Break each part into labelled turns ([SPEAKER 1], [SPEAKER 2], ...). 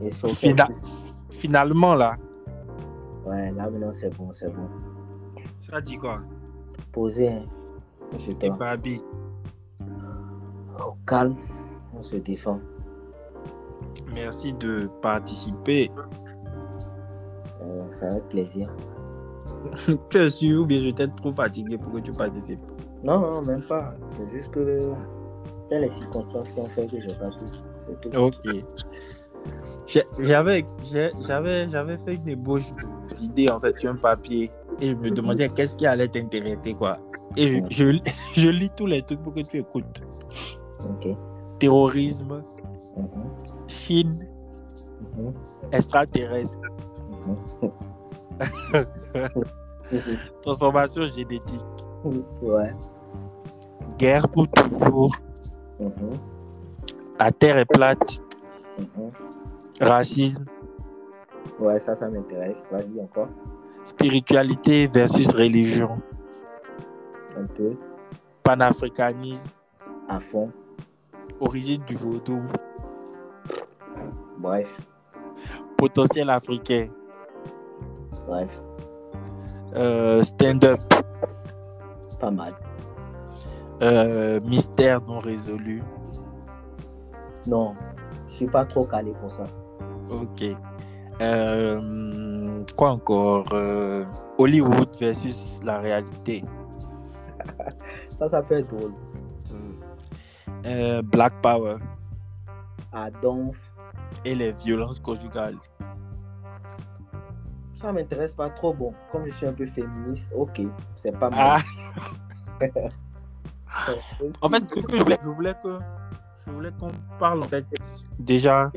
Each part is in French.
[SPEAKER 1] Et sauf
[SPEAKER 2] Finalement, là.
[SPEAKER 1] Ouais, là maintenant c'est bon.
[SPEAKER 2] Ça dit quoi?
[SPEAKER 1] Posé, hein.
[SPEAKER 2] Et Babi.
[SPEAKER 1] Au calme, on se défend.
[SPEAKER 2] Merci de participer.
[SPEAKER 1] Ça va être plaisir.
[SPEAKER 2] Tu es sûr ou bien je t'ai trop fatigué pour que tu participes?
[SPEAKER 1] Non, même pas. C'est juste que c'est les circonstances qui ont fait que je n'ai pas pu. C'est tout.
[SPEAKER 2] Ok. J'avais fait une ébauche d'idées en fait sur un papier et je me demandais qu'est-ce qui allait t'intéresser quoi. Et je lis tous les trucs pour que tu écoutes.
[SPEAKER 1] Ok.
[SPEAKER 2] Terrorisme, Chine, extraterrestre, transformation génétique,
[SPEAKER 1] ouais.
[SPEAKER 2] Guerre pour toujours, la terre est plate, racisme.
[SPEAKER 1] Ouais, ça m'intéresse. Vas-y encore.
[SPEAKER 2] Spiritualité versus religion.
[SPEAKER 1] Un peu.
[SPEAKER 2] Panafricanisme.
[SPEAKER 1] À fond.
[SPEAKER 2] Origine du vaudou.
[SPEAKER 1] Bref.
[SPEAKER 2] Potentiel africain.
[SPEAKER 1] Bref.
[SPEAKER 2] Stand-up.
[SPEAKER 1] Pas mal.
[SPEAKER 2] Mystère non résolu.
[SPEAKER 1] Non, je suis pas trop calé pour ça.
[SPEAKER 2] Ok. Quoi encore? Hollywood versus la réalité.
[SPEAKER 1] Ça peut être drôle.
[SPEAKER 2] Black Power.
[SPEAKER 1] Donc.
[SPEAKER 2] Et les violences conjugales.
[SPEAKER 1] Ça m'intéresse pas trop. Bon, comme je suis un peu féministe, ok, c'est pas mal.
[SPEAKER 2] En fait, je voulais qu'on parle en fait déjà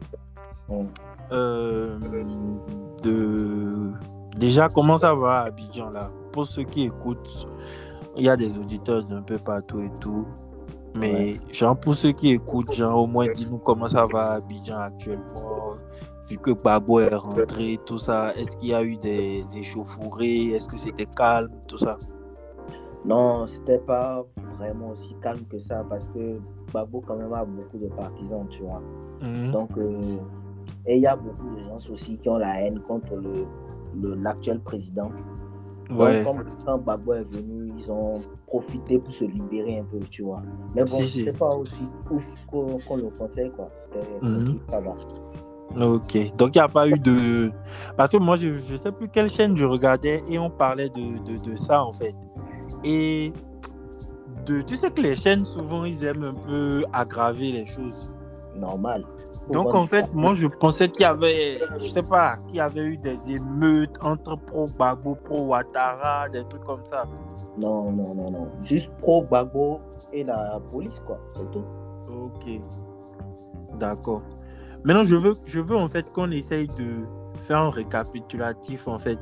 [SPEAKER 2] déjà comment ça va à Abidjan là. Pour ceux qui écoutent, il y a des auditeurs d'un peu partout et tout. Mais genre pour ceux qui écoutent, genre au moins dis-nous comment ça va à Abidjan actuellement. Vu que Gbagbo est rentré, tout ça, est-ce qu'il y a eu des échauffourées? Est-ce que c'était calme, tout ça?
[SPEAKER 1] Non, c'était pas vraiment aussi calme que ça parce que Gbagbo quand même a beaucoup de partisans, tu vois. Donc, et il y a beaucoup de gens aussi qui ont la haine contre l'actuel président.
[SPEAKER 2] Ouais.
[SPEAKER 1] Donc, quand Gbagbo est venu, ils ont profité pour se libérer un peu, tu vois. Mais bon, c'était pas aussi ouf qu'on le pensait, quoi. C'était un truc, ça va.
[SPEAKER 2] Ok, donc il n'y a pas eu de... Parce que moi, je ne sais plus quelle chaîne je regardais et on parlait de ça, en fait. Et tu sais que les chaînes, souvent, ils aiment un peu aggraver les choses.
[SPEAKER 1] Normal.
[SPEAKER 2] Donc, en fait, moi, je pensais qu'il y avait, je sais pas, qu'il y avait eu des émeutes entre pro-Gbagbo, pro-Ouattara, des trucs comme ça.
[SPEAKER 1] Non. Juste pro-Gbagbo et la police, quoi. C'est tout.
[SPEAKER 2] Ok. D'accord. Maintenant, je veux en fait qu'on essaye de faire un récapitulatif en fait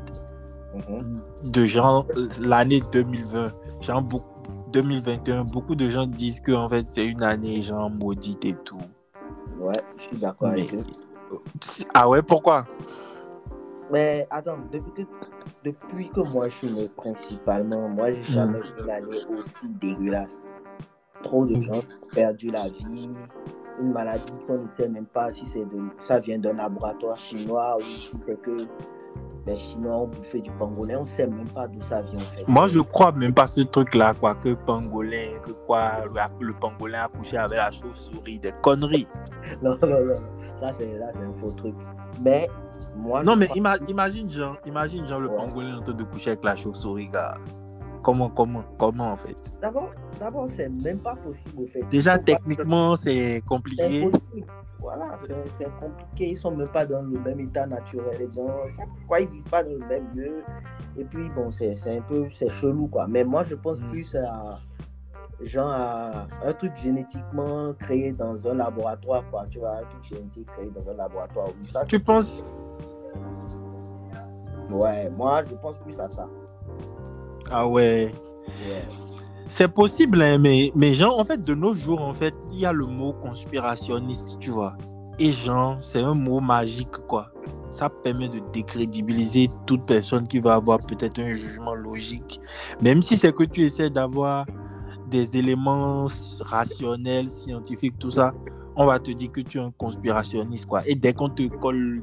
[SPEAKER 2] de genre l'année 2020, genre 2021. Beaucoup de gens disent que en fait c'est une année genre maudite et tout.
[SPEAKER 1] Ouais, je suis d'accord avec eux.
[SPEAKER 2] Ah ouais, pourquoi?
[SPEAKER 1] Mais attends, depuis que moi je suis né principalement, moi j'ai jamais vu une année aussi dégueulasse. Trop de gens ont perdu la vie. Une maladie qu'on ne sait même pas si ça vient d'un laboratoire chinois ou si c'est que les Chinois ont bouffé du pangolin. On ne sait même pas d'où ça vient en fait.
[SPEAKER 2] Moi je crois même pas ce truc là quoi, que pangolin, le pangolin a couché avec la chauve-souris, des conneries.
[SPEAKER 1] Non. Ça c'est un faux truc. Mais moi
[SPEAKER 2] imagine genre le pangolin en train de coucher avec la chauve-souris, gars. Comment en fait?
[SPEAKER 1] D'abord, c'est même pas possible au fait.
[SPEAKER 2] Déjà, techniquement, c'est compliqué.
[SPEAKER 1] C'est impossible. Voilà, c'est compliqué. Ils sont même pas dans le même état naturel. Les gens, pourquoi ils vivent pas dans le même lieu? Et puis, bon, c'est chelou, quoi. Mais moi, je pense plus à un truc génétiquement créé dans un laboratoire, quoi. Tu vois, un truc génétique créé dans un laboratoire. Oui, ça,
[SPEAKER 2] tu penses?
[SPEAKER 1] Ouais, moi, je pense plus à ça.
[SPEAKER 2] Ah ouais.
[SPEAKER 1] Yeah.
[SPEAKER 2] C'est possible, hein, mais genre, en fait, de nos jours, en fait, il y a le mot conspirationniste, tu vois. Et genre, c'est un mot magique, quoi. Ça permet de décrédibiliser toute personne qui va avoir peut-être un jugement logique. Même si c'est que tu essaies d'avoir des éléments rationnels, scientifiques, tout ça. on va te dire que tu es un conspirationniste, quoi. Et dès qu'on te colle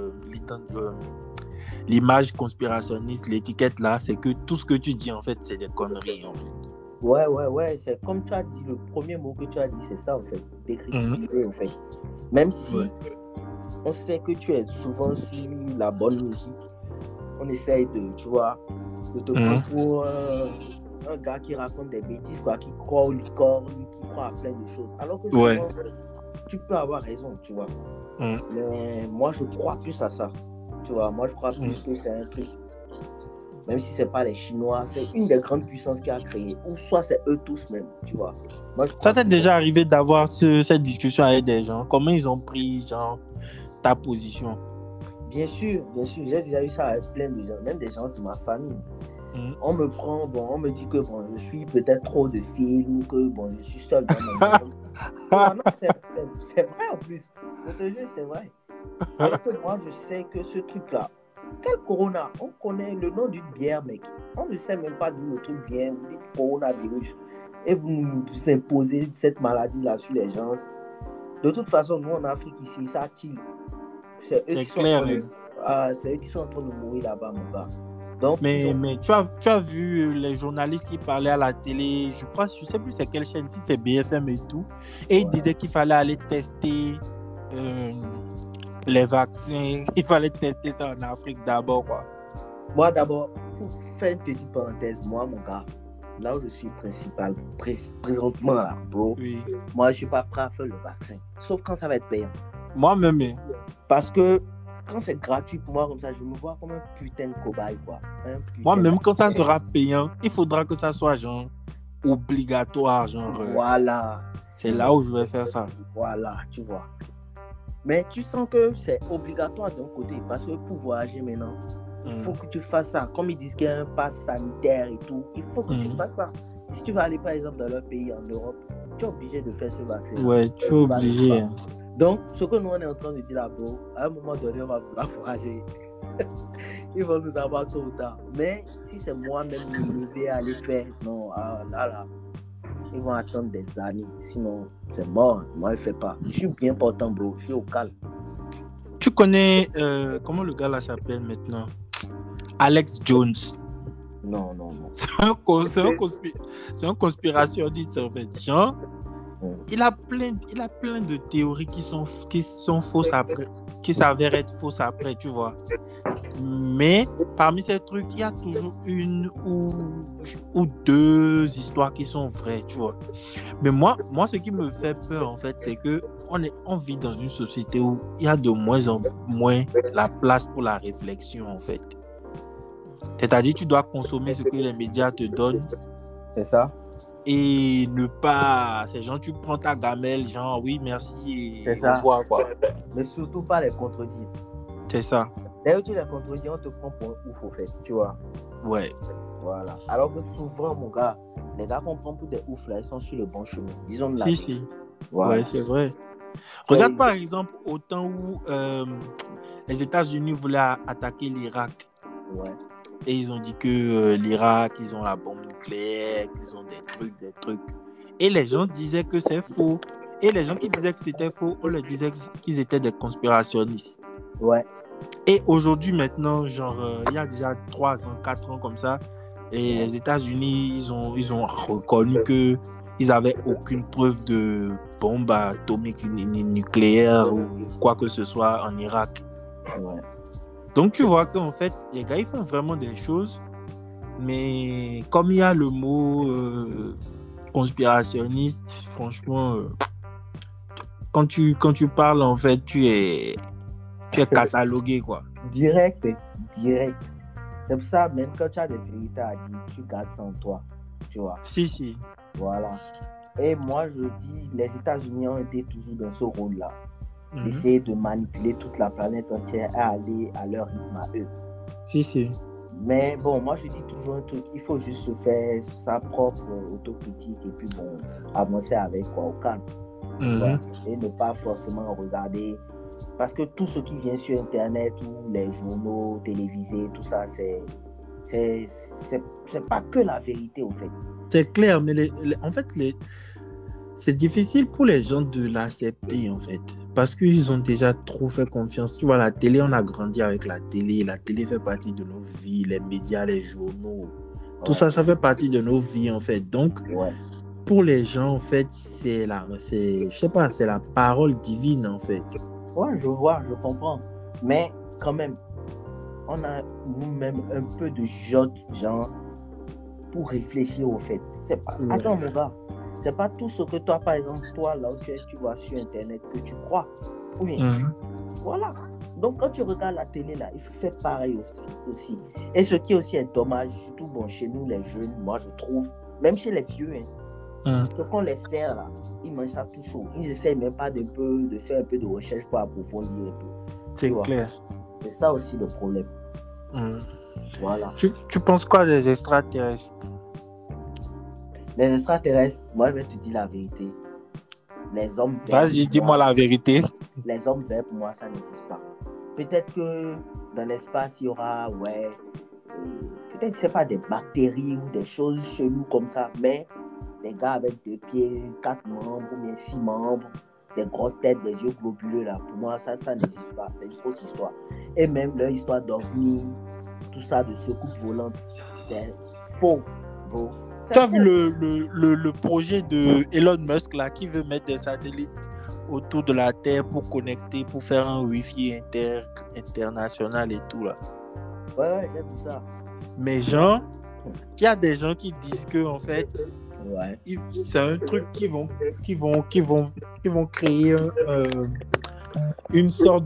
[SPEAKER 2] l'image conspirationniste, l'étiquette là, c'est que tout ce que tu dis, en fait, c'est des conneries, en fait.
[SPEAKER 1] Ouais. C'est comme tu as dit, le premier mot que tu as dit, c'est ça, en fait. Décrédibiliser, en fait. Même si on sait que tu es souvent sur la bonne musique, on essaye de, tu vois, de te prendre pour un gars qui raconte des bêtises, quoi, qui croit aux licornes, qui croit à plein de choses. Alors que souvent, tu peux avoir raison, tu vois. Mais moi, je crois plus à ça. Tu vois, moi, je crois plus que c'est un truc, même si c'est pas les Chinois, c'est une des grandes puissances qui a créé, ou soit c'est eux tous même, tu vois. Moi,
[SPEAKER 2] ça t'est déjà arrivé d'avoir cette discussion avec des gens? Comment ils ont pris, genre, ta position?
[SPEAKER 1] Bien sûr, j'ai déjà eu ça avec plein de gens, même des gens de ma famille. On me prend, on me dit que je suis peut-être trop de films, que je suis seul dans mon monde. Non, c'est vrai en plus. Je te jure, c'est vrai. Alors que moi, je sais que ce truc-là, quel corona? On connaît le nom d'une bière, mec. On ne sait même pas d'où le truc vient. Vous dites coronavirus. Et vous imposez cette maladie-là sur les gens. De toute façon, nous en Afrique, ici, ça tue. C'est eux qui sont en train de mourir là-bas, mon gars. Donc,
[SPEAKER 2] mais tu as vu les journalistes qui parlaient à la télé, je sais plus c'est quelle chaîne, si c'est BFM et tout, et ils disaient qu'il fallait aller tester les vaccins, il fallait tester ça en Afrique d'abord, quoi.
[SPEAKER 1] Moi d'abord, pour faire une petite parenthèse, moi mon gars, là où je suis présentement là, bro, moi je suis pas prêt à faire le vaccin, sauf quand ça va être payant.
[SPEAKER 2] Moi-même.
[SPEAKER 1] Parce que quand c'est gratuit pour moi comme ça, je me vois comme un putain de cobaye, quoi.
[SPEAKER 2] Moi-même, quand ça sera payant, il faudra que ça soit genre obligatoire, genre.
[SPEAKER 1] Voilà.
[SPEAKER 2] C'est là où je vais faire ça.
[SPEAKER 1] Voilà, tu vois. Mais tu sens que c'est obligatoire d'un côté, parce que pour voyager maintenant, il faut que tu fasses ça. Comme ils disent qu'il y a un pass sanitaire et tout, il faut que tu fasses ça. Si tu vas aller par exemple dans leur pays en Europe, tu es obligé de faire ce vaccin.
[SPEAKER 2] Ouais, tu es obligé.
[SPEAKER 1] Donc, ce que nous on est en train de dire là, bro, à un moment donné, on va vouloir voyager. Ils vont nous avoir tôt ou tard. Mais si c'est moi-même me lever à aller faire, non, là, ils vont attendre des années. Sinon, c'est mort. Moi, je ne fais pas. Je suis bien portant, bro. Je suis au calme.
[SPEAKER 2] Tu connais, comment le gars là s'appelle maintenant? Alex Jones.
[SPEAKER 1] Non.
[SPEAKER 2] C'est un conspirationniste, en fait. Genre, il a plein de théories qui sont fausses après, qui s'avèrent être fausses après, tu vois. Mais parmi ces trucs, il y a toujours une ou deux histoires qui sont vraies, tu vois. Mais moi, ce qui me fait peur, en fait, c'est que on vit dans une société où il y a de moins en moins la place pour la réflexion, en fait. C'est-à-dire, tu dois consommer ce que les médias te donnent.
[SPEAKER 1] C'est ça.
[SPEAKER 2] Et ne pas... C'est genre, tu prends ta gamelle, genre, oui, merci, et au revoir, quoi.
[SPEAKER 1] Mais surtout pas les contredire.
[SPEAKER 2] C'est ça.
[SPEAKER 1] D'ailleurs, tu les contredis, on te prend pour un ouf, au fait, tu vois.
[SPEAKER 2] Ouais.
[SPEAKER 1] Voilà. Alors que souvent, mon gars, les gars qu'on prend pour des oufs, là, ils sont sur le bon chemin. Disons la
[SPEAKER 2] Si.
[SPEAKER 1] Voilà.
[SPEAKER 2] Ouais, c'est vrai. Regarde par exemple au temps où les États-Unis voulaient attaquer l'Irak.
[SPEAKER 1] Ouais.
[SPEAKER 2] Et ils ont dit que l'Irak, ils ont la bombe nucléaire, qu'ils ont des trucs. Et les gens disaient que c'est faux. Et les gens qui disaient que c'était faux, on leur disait qu'ils étaient des conspirationnistes.
[SPEAKER 1] Ouais.
[SPEAKER 2] Et aujourd'hui, maintenant, genre, il y a déjà 3 ans, 4 ans comme ça, et les États-Unis, ils ont reconnu qu'ils n'avaient aucune preuve de bombe atomique nucléaire ou quoi que ce soit en Irak.
[SPEAKER 1] Ouais.
[SPEAKER 2] Donc, tu vois qu'en fait, les gars, ils font vraiment des choses, mais comme il y a le mot conspirationniste, franchement, quand tu parles, en fait, tu es catalogué, quoi.
[SPEAKER 1] Direct. C'est pour ça, même quand tu as des vérités à dire, tu gardes ça en toi, tu vois.
[SPEAKER 2] Si.
[SPEAKER 1] Voilà. Et moi, je dis, les États-Unis ont été toujours dans ce rôle-là. D'essayer de manipuler toute la planète entière à aller à leur rythme à eux.
[SPEAKER 2] Si.
[SPEAKER 1] Mais bon, moi je dis toujours un truc, il faut juste se faire sa propre autocritique et puis bon, avancer avec quoi, au calme. Ouais. Et ne pas forcément regarder, parce que tout ce qui vient sur Internet ou les journaux télévisés, tout ça, c'est pas que la vérité au fait.
[SPEAKER 2] C'est clair, mais en fait, c'est difficile pour les gens de l'accepter, en fait. Parce qu'ils ont déjà trop fait confiance. Tu vois, la télé, on a grandi avec la télé. La télé fait partie de nos vies, les médias, les journaux. Tout ça, ça fait partie de nos vies, en fait. Donc, pour les gens, en fait, je sais pas, c'est la parole divine, en fait.
[SPEAKER 1] Ouais, je vois, je comprends. Mais quand même, on a nous-mêmes un peu de genre, pour réfléchir au fait. C'est pas... Attends, mon gars, c'est pas tout ce que toi, par exemple, toi, là où tu vois sur Internet, que tu crois. Oui. Voilà. Donc, quand tu regardes la télé, là, il faut faire pareil aussi. Et ce qui aussi est dommage, surtout bon, chez nous, les jeunes, moi, je trouve, même chez les vieux, que quand on les sert, là, ils mangent ça tout chaud. Ils essayent même pas de faire un peu de recherche pour approfondir un peu.
[SPEAKER 2] C'est clair.
[SPEAKER 1] C'est ça aussi le problème. Voilà.
[SPEAKER 2] Tu penses quoi des extraterrestres?
[SPEAKER 1] Les extraterrestres, moi, je vais te dire la vérité. Les hommes verts.
[SPEAKER 2] Vas-y, dis-moi la vérité.
[SPEAKER 1] Les hommes verts, pour moi, ça n'existe pas. Peut-être que dans l'espace, il y aura, peut-être, je sais pas, des bactéries ou des choses chez nous comme ça, mais des gars avec 2 pieds, 4 membres ou bien 6 membres, des grosses têtes, des yeux globuleux, là, pour moi, ça n'existe pas. C'est une fausse histoire. Et même leur histoire d'ovni, tout ça, de secoupe volante, c'est faux, bro.
[SPEAKER 2] Tu as vu le projet de Elon Musk là, qui veut mettre des satellites autour de la Terre pour connecter, pour faire un Wi-Fi international et tout là.
[SPEAKER 1] Ouais, j'ai vu ça.
[SPEAKER 2] Mais genre, il y a des gens qui disent que en fait, c'est un truc qui vont créer une sorte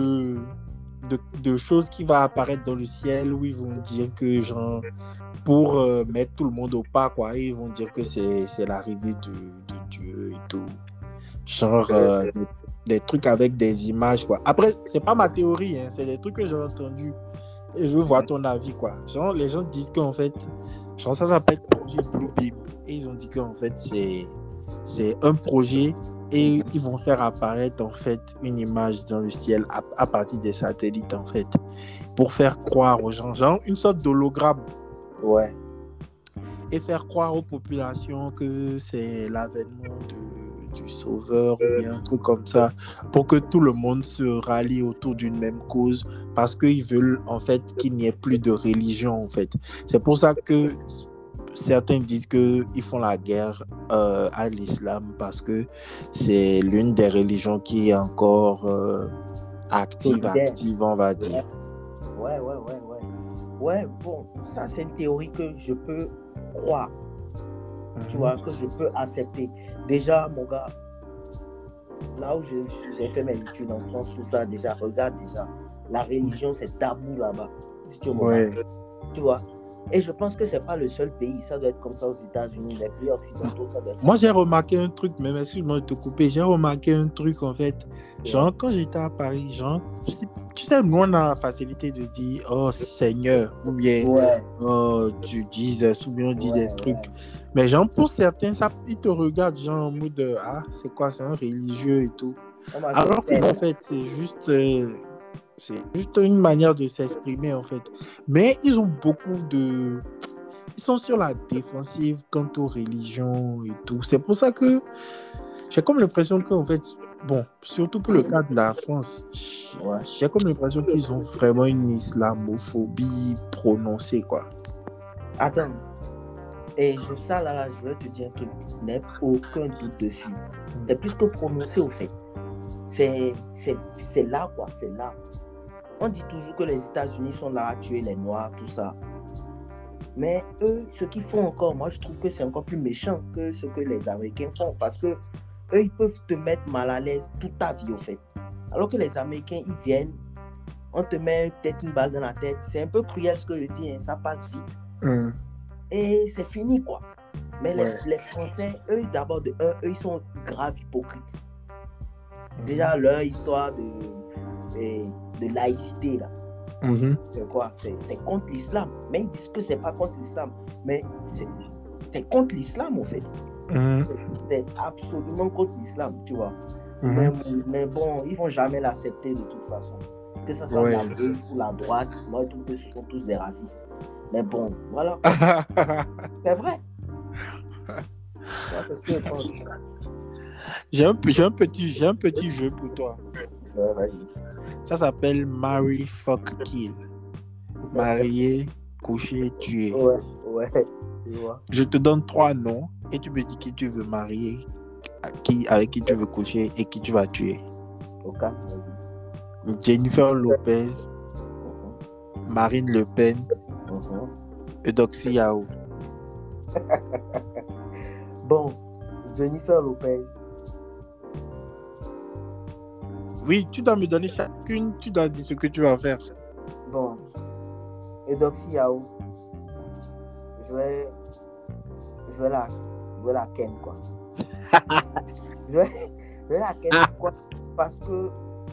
[SPEAKER 2] de chose qui va apparaître dans le ciel où ils vont dire que genre pour mettre tout le monde au pas, quoi. Ils vont dire que c'est l'arrivée de Dieu et tout. Genre des trucs avec des images, quoi. Après, c'est pas ma théorie, hein, c'est des trucs que j'ai entendus. Et je veux voir ton avis, quoi. Genre, les gens disent qu'en fait, genre, ça s'appelle projet Bluebeam. Et ils ont dit qu'en fait, c'est un projet et ils vont faire apparaître, en fait, une image dans le ciel à partir des satellites, en fait, pour faire croire aux gens, genre, une sorte d'hologramme.
[SPEAKER 1] Ouais.
[SPEAKER 2] Et faire croire aux populations que c'est l'avènement du sauveur ou bien un truc comme ça, pour que tout le monde se rallie autour d'une même cause, parce qu'ils veulent en fait qu'il n'y ait plus de religion en fait. C'est pour ça que certains disent qu'ils font la guerre à l'islam, parce que c'est l'une des religions qui est encore active, on va dire.
[SPEAKER 1] Ouais, bon, ça c'est une théorie que je peux croire, tu vois, que je peux accepter. Déjà, mon gars, là où j'ai fait mes études en France, tout ça, déjà, regarde déjà, la religion c'est tabou là-bas, si tu vois. Et je pense que c'est pas le seul pays, ça doit être comme ça aux États-Unis, les pays occidentaux, ça doit être.
[SPEAKER 2] Moi, j'ai remarqué un truc, même excuse-moi de te couper, j'ai remarqué un truc en fait, genre quand j'étais à Paris, genre, tu sais, nous on a la facilité de dire oh Seigneur, ou bien oh tu Jesus, ou bien on dit des trucs. Mais genre pour certains, ça, ils te regardent genre en mode ah, c'est quoi, c'est un religieux et tout. Alors que en fait, c'est juste une manière de s'exprimer en fait. Mais ils sont sur la défensive quant aux religions et tout. C'est pour ça que j'ai comme l'impression qu'en fait, bon, surtout pour le cas de la France, j'ai comme l'impression qu'ils ont vraiment une islamophobie prononcée, quoi.
[SPEAKER 1] Attends. Et ça, là, je vais te dire un truc, n'ai aucun doute dessus. C'est plus que prononcé, au fait. C'est là, quoi, c'est là. On dit toujours que les États-Unis sont là à tuer les Noirs, tout ça. Mais eux, ce qu'ils font encore, moi, je trouve que c'est encore plus méchant que ce que les Américains font. Parce que eux, ils peuvent te mettre mal à l'aise toute ta vie, au fait. Alors que les Américains, ils viennent, on te met peut-être une balle dans la tête. C'est un peu cruel ce que je dis, hein, ça passe vite. Et c'est fini, quoi. Mais les Français, eux, d'abord, eux, ils sont grave hypocrites. Déjà, leur histoire de laïcité, là. C'est quoi? C'est contre l'islam. Mais ils disent que c'est pas contre l'islam. Mais c'est contre l'islam, en fait. C'est absolument contre l'islam, tu vois. Mais bon, ils vont jamais l'accepter de toute façon. Que ce soit la gauche ou la droite, moi, je trouve que ce sont tous des racistes. Mais bon, voilà. C'est vrai. C'est ce que je pense.
[SPEAKER 2] J'ai un petit jeu pour toi.
[SPEAKER 1] Ouais, vas-y.
[SPEAKER 2] Ça s'appelle Marry, Fuck, Kill. Marier, coucher, tuer.
[SPEAKER 1] Ouais, tu vois.
[SPEAKER 2] Je te donne 3 noms et tu me dis qui tu veux marier, avec qui tu veux coucher et qui tu vas tuer.
[SPEAKER 1] Ok, vas-y.
[SPEAKER 2] Jennifer Lopez, Marine Le Pen, Eudoxie Yao.
[SPEAKER 1] Bon, Jennifer Lopez.
[SPEAKER 2] Oui, tu dois me donner chacune, tu dois dire ce que tu vas faire.
[SPEAKER 1] Bon, Eudoxie Yao. Je vais la ken, quoi. je vais la ken, quoi, parce que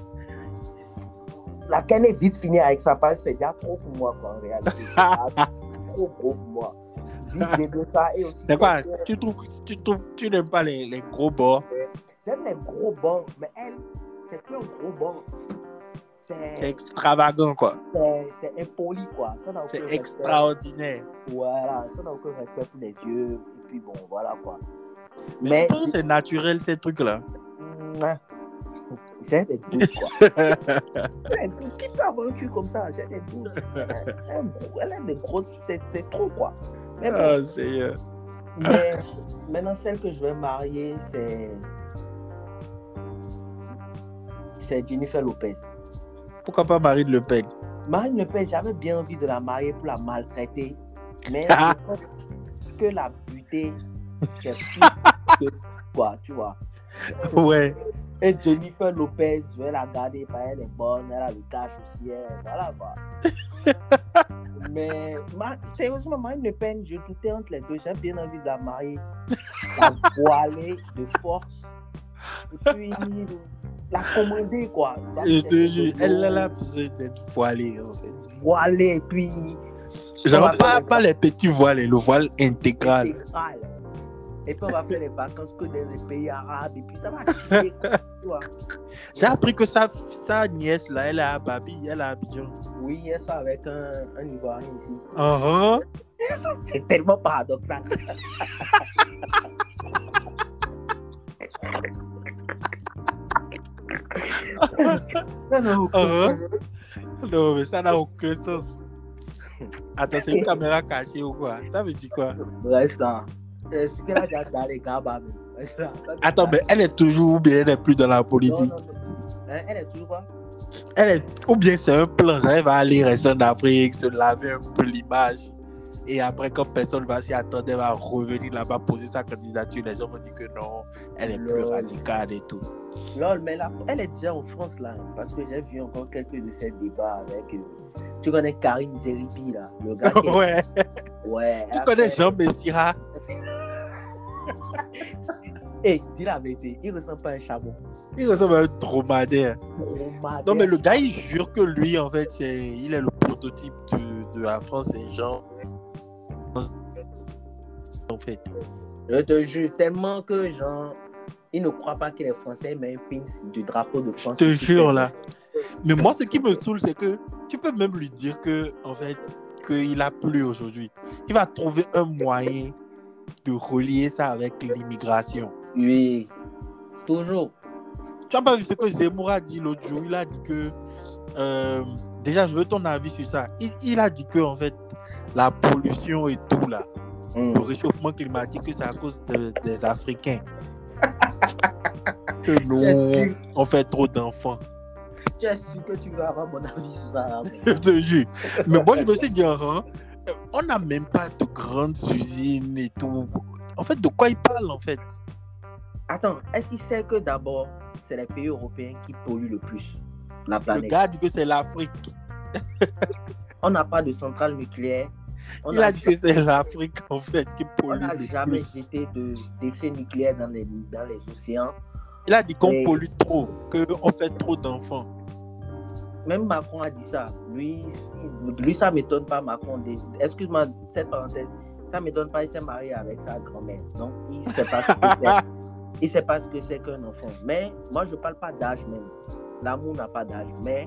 [SPEAKER 1] la ken est vite finie avec sa passe, c'est déjà trop pour moi, quoi, en réalité. Trop gros pour moi. Vite, j'ai de ça et aussi.
[SPEAKER 2] C'est quoi? Tu n'aimes pas les gros bords?
[SPEAKER 1] J'aime les gros bords, mais elle, c'est plus un gros bord.
[SPEAKER 2] C'est extravagant, quoi.
[SPEAKER 1] C'est impoli, quoi.
[SPEAKER 2] C'est extraordinaire.
[SPEAKER 1] Voilà, ça n'a aucun respect pour les yeux. Et puis bon, voilà, quoi.
[SPEAKER 2] Mais je pense que c'est naturel, ces trucs-là.
[SPEAKER 1] J'ai des doutes, quoi. Qui peut avoir un cul comme ça? J'ai des doutes. Elle a des grosses... C'est trop, quoi. Mais bon, mais maintenant, celle que je vais marier, c'est Jennifer Lopez.
[SPEAKER 2] Pourquoi pas Marine Le Pen?
[SPEAKER 1] Marine Le Pen, j'avais bien envie de la marier pour la maltraiter. Mais je pense que la buter, c'est plus que quoi, tu vois.
[SPEAKER 2] Ouais.
[SPEAKER 1] Et Jennifer Lopez, je vais la garder, parce qu'elle est bonne, elle a le cash aussi, voilà quoi. Mais sérieusement, Marine Le Pen, je doutais entre les deux, j'ai bien envie de la marier, la voiler de force, et puis la commander quoi.
[SPEAKER 2] Je te jure, elle a besoin d'être voilée en fait.
[SPEAKER 1] Voilée, et puis...
[SPEAKER 2] Genre pas les petits voiles, le voile intégral.
[SPEAKER 1] Et puis on va faire les vacances que dans les pays arabes, et puis ça va chier, quoi.
[SPEAKER 2] J'ai appris que sa nièce là, elle est à Babi, elle est à Abidjan.
[SPEAKER 1] Oui, elle sort avec un Ivoirien ici. C'est tellement paradoxal.
[SPEAKER 2] Non, mais ça n'a aucun sens. Attends, c'est une caméra cachée ou quoi? Ça veut dire quoi?
[SPEAKER 1] Reste là. Ce qu'elle a déjà dans les gabas.
[SPEAKER 2] Attends, mais elle est toujours ou bien elle n'est plus dans la politique?
[SPEAKER 1] Non. Elle est toujours quoi?
[SPEAKER 2] Ou bien c'est un plan, elle va aller rester en Afrique, se laver un peu l'image. Et après, quand personne va s'y attendre, elle va revenir là-bas, poser sa candidature. Les gens vont dire que non, elle est plus radicale et tout.
[SPEAKER 1] Lol, mais là, elle est déjà en France là, parce que j'ai vu encore quelques de ces débats avec. Tu connais Karine Zeribi là, le gars qui est... Ouais.
[SPEAKER 2] Tu connais Jean Messira?
[SPEAKER 1] Dis la vérité, il ressemble pas à un chameau.
[SPEAKER 2] Il ressemble à un dromadaire. Non, mais le gars, il jure que lui, en fait, il est le prototype de la France et Jean. En fait.
[SPEAKER 1] Je te jure, tellement que Jean, il ne croit pas qu'il est français, mais il pince du drapeau de France.
[SPEAKER 2] Je te jure, là. Mais moi, ce qui me saoule, c'est que tu peux même lui dire que, en fait, qu'il a plu aujourd'hui. Il va trouver un moyen de relier ça avec l'immigration.
[SPEAKER 1] Oui, toujours.
[SPEAKER 2] Tu n'as pas vu ce que Zemmour a dit l'autre jour? Il a dit que... déjà, je veux ton avis sur ça. Il a dit que, en fait, la pollution et tout, là, le réchauffement climatique, c'est à cause des Africains. Que nous, on fait trop d'enfants.
[SPEAKER 1] Tu es sûr que tu veux avoir mon avis sur ça? Hein?
[SPEAKER 2] Je te jure. Mais moi, je me suis dit, on n'a même pas de grandes usines et tout. En fait, de quoi il parle, en fait?
[SPEAKER 1] Attends, est-ce qu'il sait que d'abord, c'est les pays européens qui polluent le plus la planète?
[SPEAKER 2] Le gars dit que c'est l'Afrique.
[SPEAKER 1] On n'a pas de centrale nucléaire.
[SPEAKER 2] Il a dit que c'est l'Afrique, en fait, qui pollue le plus.
[SPEAKER 1] On n'a jamais jeté de déchets nucléaires dans les océans.
[SPEAKER 2] Il a dit qu'on pollue trop, qu'on fait trop d'enfants.
[SPEAKER 1] Même Macron a dit ça. Lui ça ne m'étonne pas, Macron. Excuse-moi, cette parenthèse. Ça ne m'étonne pas, il s'est marié avec sa grand-mère. Donc, il ne sait pas ce que c'est. Il sait pas ce que c'est qu'un enfant. Mais moi, je ne parle pas d'âge même. L'amour n'a pas d'âge. Mais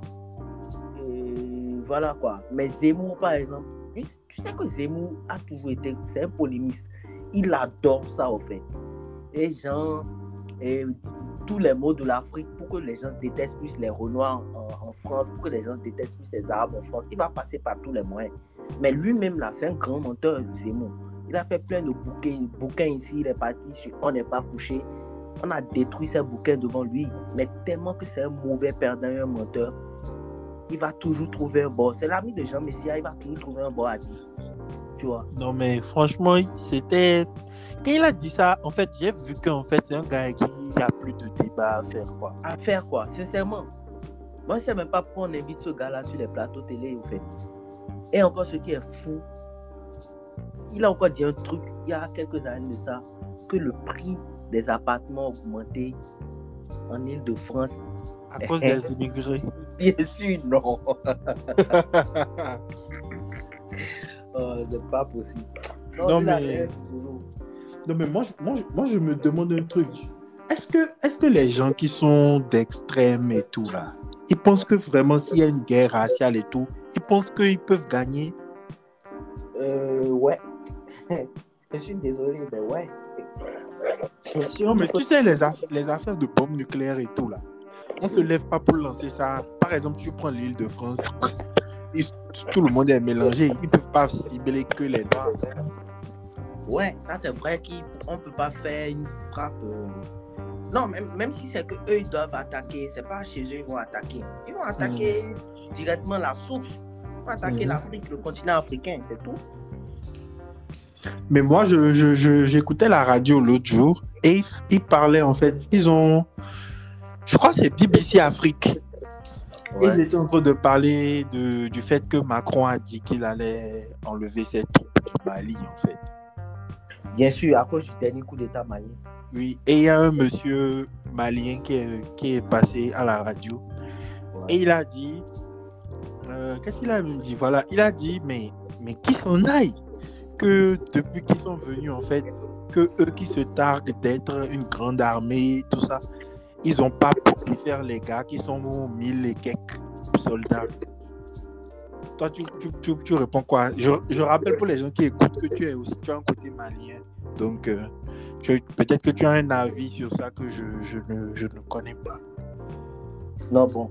[SPEAKER 1] voilà quoi. Mais Zemmour, par exemple, tu sais que Zemmour a toujours été... C'est un polémiste. Il adore ça, en fait. Les gens... et tous les mots de l'Afrique pour que les gens détestent plus les Renois en France, pour que les gens détestent plus les Arabes en France. Il va passer par tous les moyens. Mais lui-même, là, c'est un grand menteur, Zemmour. Il a fait plein de bouquins ici, il est parti sur On n'est pas couché. On a détruit ses bouquins devant lui. Mais tellement que c'est un mauvais perdant, un menteur, il va toujours trouver un bord. C'est l'ami de Jean Messia, il va toujours trouver un bord à dire. Tu vois?
[SPEAKER 2] Non, mais franchement, c'était... Quand il a dit ça, en fait, j'ai vu qu'en fait, c'est un gars qui a plus de débat à faire, quoi.
[SPEAKER 1] À faire, quoi, sincèrement. Moi, je ne sais même pas pourquoi on invite ce gars-là sur les plateaux télé, en fait. Et encore, ce qui est fou, il a encore dit un truc, il y a quelques années de ça, que le prix des appartements a augmenté en Île-de-France.
[SPEAKER 2] À cause des immigrés.
[SPEAKER 1] Bien sûr, non. C'est pas possible.
[SPEAKER 2] Non, mais moi, je me demande un truc. Est-ce que les gens qui sont d'extrême et tout là, ils pensent que vraiment s'il y a une guerre raciale et tout, ils pensent qu'ils peuvent gagner?
[SPEAKER 1] Ouais. Je suis désolé, mais ouais.
[SPEAKER 2] Non, mais tu sais, les affaires de bombes nucléaires et tout là, on se lève pas pour lancer ça. Par exemple, tu prends l'île de France, tout le monde est mélangé. Ils peuvent pas cibler que les Noirs.
[SPEAKER 1] Ouais, ça c'est vrai qu'on ne peut pas faire une frappe. Non, même si c'est qu'eux ils doivent attaquer, c'est pas chez eux ils vont attaquer. Ils vont attaquer directement la source. Ils vont attaquer l'Afrique, le continent africain, c'est tout.
[SPEAKER 2] Mais moi, j'écoutais la radio l'autre jour et ils parlaient en fait. Je crois que c'est BBC Afrique. Ouais. Ils étaient en train de parler du fait que Macron a dit qu'il allait enlever ses troupes du Mali en fait.
[SPEAKER 1] Bien sûr, à cause du dernier coup d'État malien.
[SPEAKER 2] Oui, et il y a un monsieur malien qui est passé à la radio. Ouais. Et il a dit, qu'est-ce qu'il a même dit? Voilà, il a dit, mais qui s'en aille? Que depuis qu'ils sont venus, en fait, que eux qui se targuent d'être une grande armée, tout ça, ils n'ont pas pu faire les gars qui sont 1000 et quelques soldats. Toi, tu réponds quoi? Je rappelle pour les gens qui écoutent que tu as un côté malien. Donc, peut-être que tu as un avis sur ça que je ne connais pas.
[SPEAKER 1] Non, bon.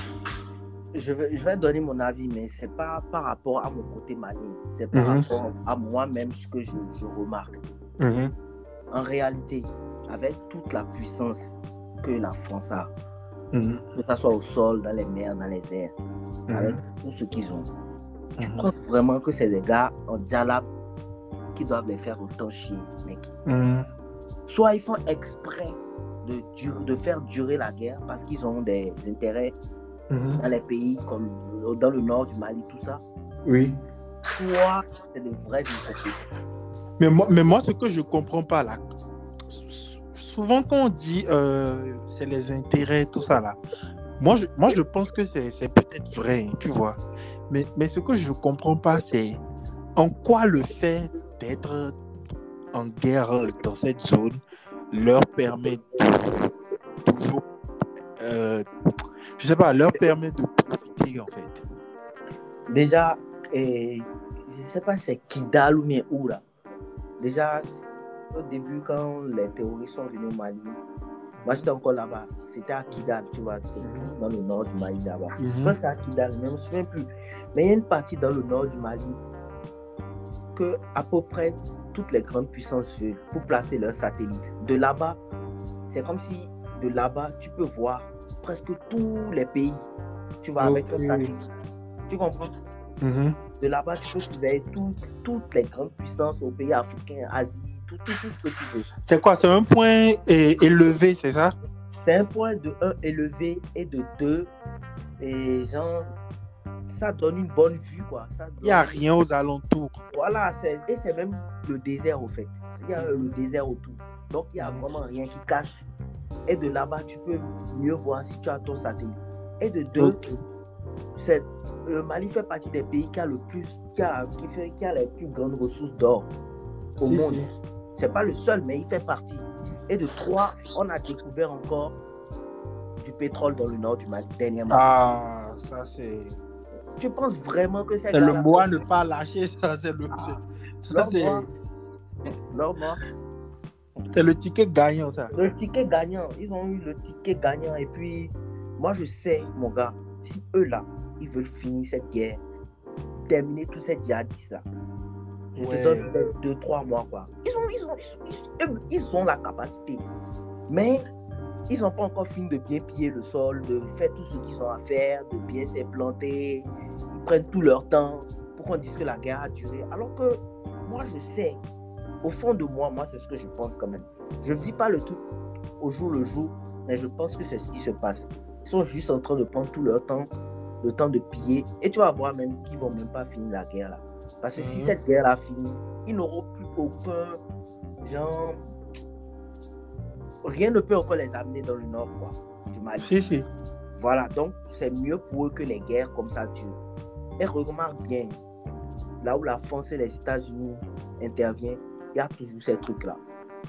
[SPEAKER 1] Je vais donner mon avis, mais ce n'est pas par rapport à mon côté malien. C'est par rapport à moi-même ce que je remarque. En réalité, avec toute la puissance que la France a, que ce soit au sol, dans les mers, dans les airs, avec tout ce qu'ils ont, je pense vraiment que c'est des gars en dialogue qui doivent les faire autant chier, mec. Soit ils font exprès de faire durer la guerre parce qu'ils ont des intérêts dans les pays comme dans le nord du Mali, tout ça.
[SPEAKER 2] Oui.
[SPEAKER 1] Soit c'est de vrais intérêts.
[SPEAKER 2] Mais moi, ce que je comprends pas là, souvent quand on dit c'est les intérêts, tout ça là, moi je pense que c'est peut-être vrai, tu vois. Mais ce que je comprends pas, c'est en quoi le fait d'être en guerre dans cette zone leur permet de toujours, je sais pas, leur permet de profiter en fait.
[SPEAKER 1] Déjà, je sais pas c'est Kidal ou bien où là. Déjà, au début, quand les terroristes sont venus au Mali, moi j'étais encore là-bas. C'était à Kidal, tu vois, dans le nord du Mali là-bas. Je pense que c'est à Kidal, mais je ne me souviens plus. Mais il y a une partie dans le nord du Mali que à peu près toutes les grandes puissances veulent pour placer leurs satellites. De là-bas, c'est comme si de là-bas, tu peux voir presque tous les pays. Tu vois, avec un satellite. Tu comprends? De là-bas, tu peux surveiller toutes les grandes puissances aux pays africains, Asie, tout ce que tu veux.
[SPEAKER 2] C'est quoi? C'est un point élevé, c'est ça?
[SPEAKER 1] C'est un point de 1 élevé et de 2. Et genre, ça donne une bonne vue, quoi.
[SPEAKER 2] Il n'y a rien aux alentours.
[SPEAKER 1] Voilà, c'est même le désert, au fait. Il y a le désert autour. Donc, il n'y a vraiment rien qui cache. Et de là-bas, tu peux mieux voir si tu as ton satellite. Et de 2, le Mali fait partie des pays qui a les plus grandes ressources d'or au monde. C'est pas le seul, mais il fait partie. Et de 3, on a découvert encore du pétrole dans le nord du Mali dernièrement.
[SPEAKER 2] Ah, ça c'est...
[SPEAKER 1] Tu penses vraiment que c'est
[SPEAKER 2] le mot à ne pas lâcher, ça c'est le...
[SPEAKER 1] Non,
[SPEAKER 2] C'est le ticket gagnant, ça.
[SPEAKER 1] Le ticket gagnant. Ils ont eu le ticket gagnant. Et puis, moi, je sais, mon gars, si eux, là, ils veulent finir cette guerre, terminer tous ces djihadistes-là, je te donne peut-être 2-3 mois, quoi. Ils ont la capacité. Mais ils n'ont pas encore fini de bien piller le sol, de faire tout ce qu'ils ont à faire, de bien s'implanter. Ils prennent tout leur temps pour qu'on dise que la guerre a duré. Alors que moi, je sais, au fond de moi, c'est ce que je pense quand même. Je ne vis pas le truc au jour le jour, mais je pense que c'est ce qui se passe. Ils sont juste en train de prendre tout leur temps, le temps de piller. Et tu vas voir même qu'ils ne vont même pas finir la guerre là. Parce que si cette guerre a fini, ils n'auront plus aucun genre. Rien ne peut encore les amener dans le nord, quoi, du Mali.
[SPEAKER 2] Si.
[SPEAKER 1] Voilà, donc c'est mieux pour eux que les guerres comme ça durent. Et remarque bien, là où la France et les États-Unis interviennent, il y a toujours ces trucs-là.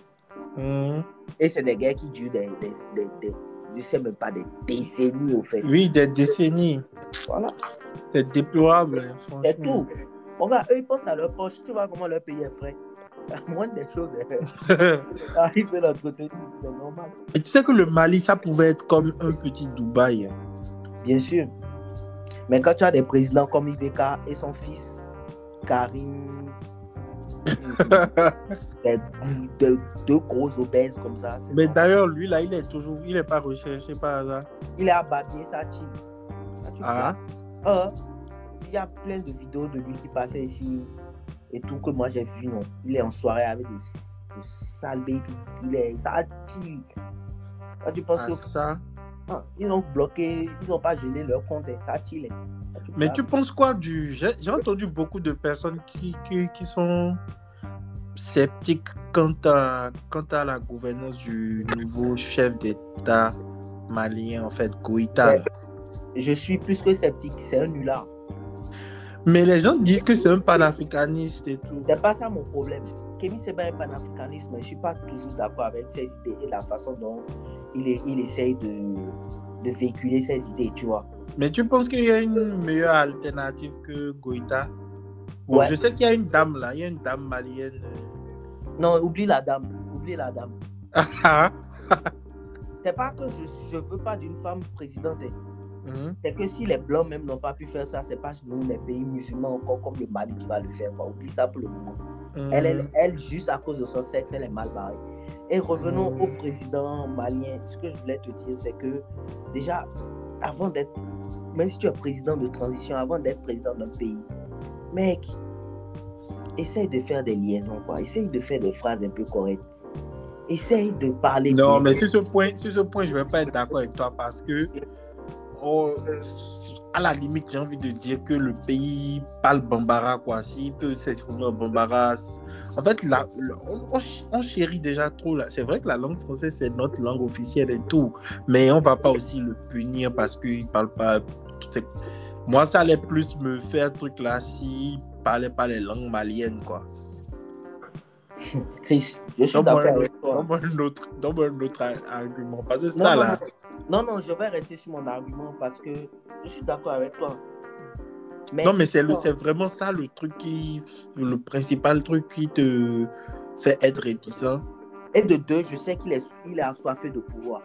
[SPEAKER 1] Et c'est des guerres qui durent je ne sais même pas, des décennies au fait.
[SPEAKER 2] Oui, des décennies.
[SPEAKER 1] Voilà.
[SPEAKER 2] C'est déplorable, franchement.
[SPEAKER 1] C'est tout. Bon, gars, eux, ils pensent à leur poche. Tu vois comment leur pays est frais. La moindre des choses, ils veulent l'entretenir, c'est normal.
[SPEAKER 2] Et tu sais que le Mali, ça pouvait être comme un petit Dubaï.
[SPEAKER 1] Bien sûr. Mais quand tu as des présidents comme Ibeka et son fils, Karim, deux gros obèses comme ça.
[SPEAKER 2] Mais normal. D'ailleurs, lui, là, il est pas recherché par hasard.
[SPEAKER 1] Il est à Babier, ça chill. Il y a plein de vidéos de lui qui passaient ici. Et tout que moi j'ai vu, non. Il est en soirée avec de sales baby. Ça chill. Quand tu penses que
[SPEAKER 2] ça.
[SPEAKER 1] Ils ont bloqué, ils n'ont pas gelé leur compte. Ça chill.
[SPEAKER 2] Mais tu penses quoi du. J'ai entendu beaucoup de personnes qui sont sceptiques quant à la gouvernance du nouveau chef d'État malien, en fait, Goïta.
[SPEAKER 1] Je suis plus que sceptique. C'est un nulard.
[SPEAKER 2] Mais les gens disent que c'est un panafricaniste et tout.
[SPEAKER 1] C'est pas ça mon problème. Kémy Séba est panafricaniste, mais je suis pas toujours d'accord avec ses idées et la façon dont il essaye de véhiculer ses idées, tu vois.
[SPEAKER 2] Mais tu penses qu'il y a une meilleure alternative que Goïta? Bon, je sais qu'il y a une dame là, il y a une dame malienne.
[SPEAKER 1] Non, oublie la dame. C'est pas que je veux pas d'une femme présidente. C'est que si les Blancs même n'ont pas pu faire ça, c'est pas nous, les pays musulmans, encore comme le Mali, qui va le faire. Oublie ça pour le moment. Elle, juste à cause de son sexe, elle est mal barrée. Et revenons au président malien. Ce que je voulais te dire, c'est que déjà, avant d'être, même si tu es président de transition, avant d'être président d'un pays, mec, essaye de faire des liaisons, quoi. Essaye de faire des phrases un peu correctes. Essaye de parler.
[SPEAKER 2] Non, mais sur ce point, je vais pas être d'accord avec toi parce que à la limite, j'ai envie de dire que le pays parle bambara, quoi. S'il peut s'exprimer en bambara, en fait, on chérit déjà trop. C'est vrai que la langue française, c'est notre langue officielle et tout, mais on va pas aussi le punir parce qu'il parle pas. Moi, ça allait plus me faire un truc là s'il parlait pas les langues maliennes, quoi.
[SPEAKER 1] Chris, je suis d'accord avec toi.
[SPEAKER 2] Donne-moi un autre argument. Parce que ça, là...
[SPEAKER 1] Non, je vais rester sur mon argument parce que je suis d'accord avec toi.
[SPEAKER 2] Mais non, mais c'est vraiment ça le principal truc qui te fait être réticent.
[SPEAKER 1] Et de deux, je sais qu'il est assoiffé de pouvoir.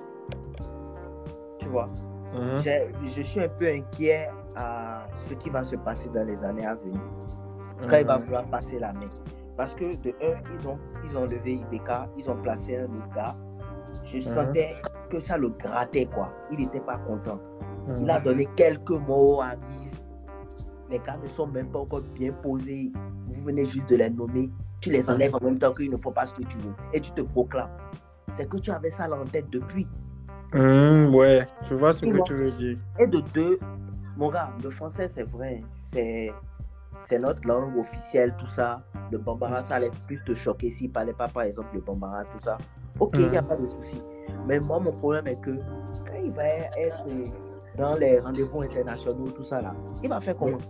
[SPEAKER 1] Tu vois, je suis un peu inquiet à ce qui va se passer dans les années à venir. Quand il va vouloir passer la main. Parce que de un, ils ont levé Ibeka, ils ont placé un autre gars. Je sentais que ça le grattait, quoi. Il n'était pas content. Il a donné quelques mots à Guise. Les gars ne sont même pas encore bien posés. Vous venez juste de les nommer. Tu les enlèves en même temps qu'il ne faut pas ce que tu veux. Et tu te proclames. C'est que tu avais ça là en tête depuis.
[SPEAKER 2] Ouais, je vois ce que tu veux dire.
[SPEAKER 1] Et de deux, mon gars, le français, c'est vrai. C'est notre langue officielle, tout ça. Le bambara, ça allait plus te choquer s'il ne parlait pas, par exemple, le bambara, tout ça. Ok, il n'y a pas de souci. Mais moi, mon problème est que quand il va être dans les rendez-vous internationaux, tout ça là, il va faire comment?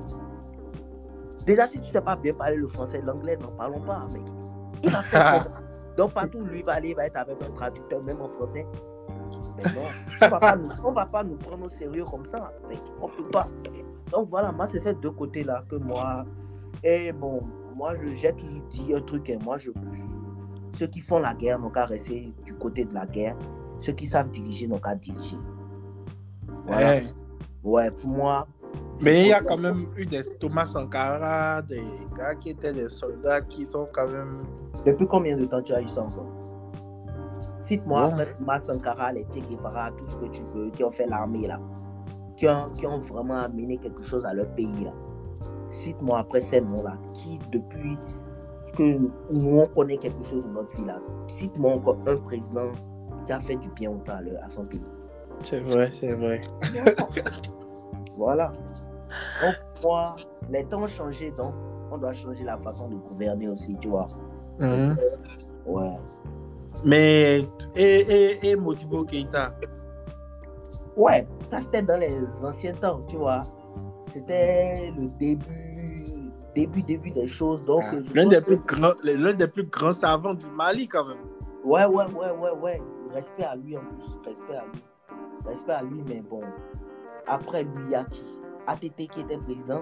[SPEAKER 1] Déjà, si tu ne sais pas bien parler le français, l'anglais, n'en parlons pas, mec. Il va faire comment? Donc, partout où lui va aller, il va être avec un traducteur, même en français. Mais non, on ne va pas nous prendre au sérieux comme ça, mec. On ne peut pas. Donc, voilà, moi, c'est ces deux côtés-là que moi... Et bon, moi, j'ai toujours dit un truc, et moi, ceux qui font la guerre n'ont qu'à rester du côté de la guerre. Ceux qui savent diriger n'ont qu'à diriger. Voilà.
[SPEAKER 2] Ouais.
[SPEAKER 1] Ouais, pour moi.
[SPEAKER 2] Mais il y a quand même eu des Thomas Sankara, des gars qui étaient des soldats qui sont quand même...
[SPEAKER 1] Depuis combien de temps tu as eu ça encore? Cite-moi
[SPEAKER 2] Ouais.
[SPEAKER 1] après Thomas Sankara, les Che Guevara, tout ce que tu veux, qui ont fait l'armée là, qui ont vraiment amené quelque chose à leur pays là. Cite-moi après ces noms-là, qui depuis que nous on connaît quelque chose de notre vie là, cite-moi encore un président qui a fait du bien autant à son pays.
[SPEAKER 2] C'est vrai, c'est vrai.
[SPEAKER 1] Voilà. Donc, moi, les temps ont changé, donc on doit changer la façon de gouverner aussi, tu vois. Ouais.
[SPEAKER 2] Mais, et Modibo Keïta?
[SPEAKER 1] Ouais, ça c'était dans les anciens temps, tu vois. C'était le début des choses. Donc,
[SPEAKER 2] l'un des plus grands savants du Mali, quand même.
[SPEAKER 1] Ouais. Respect à lui en plus. Respect à lui, mais bon. Après lui, il y a qui? ATT qui était président.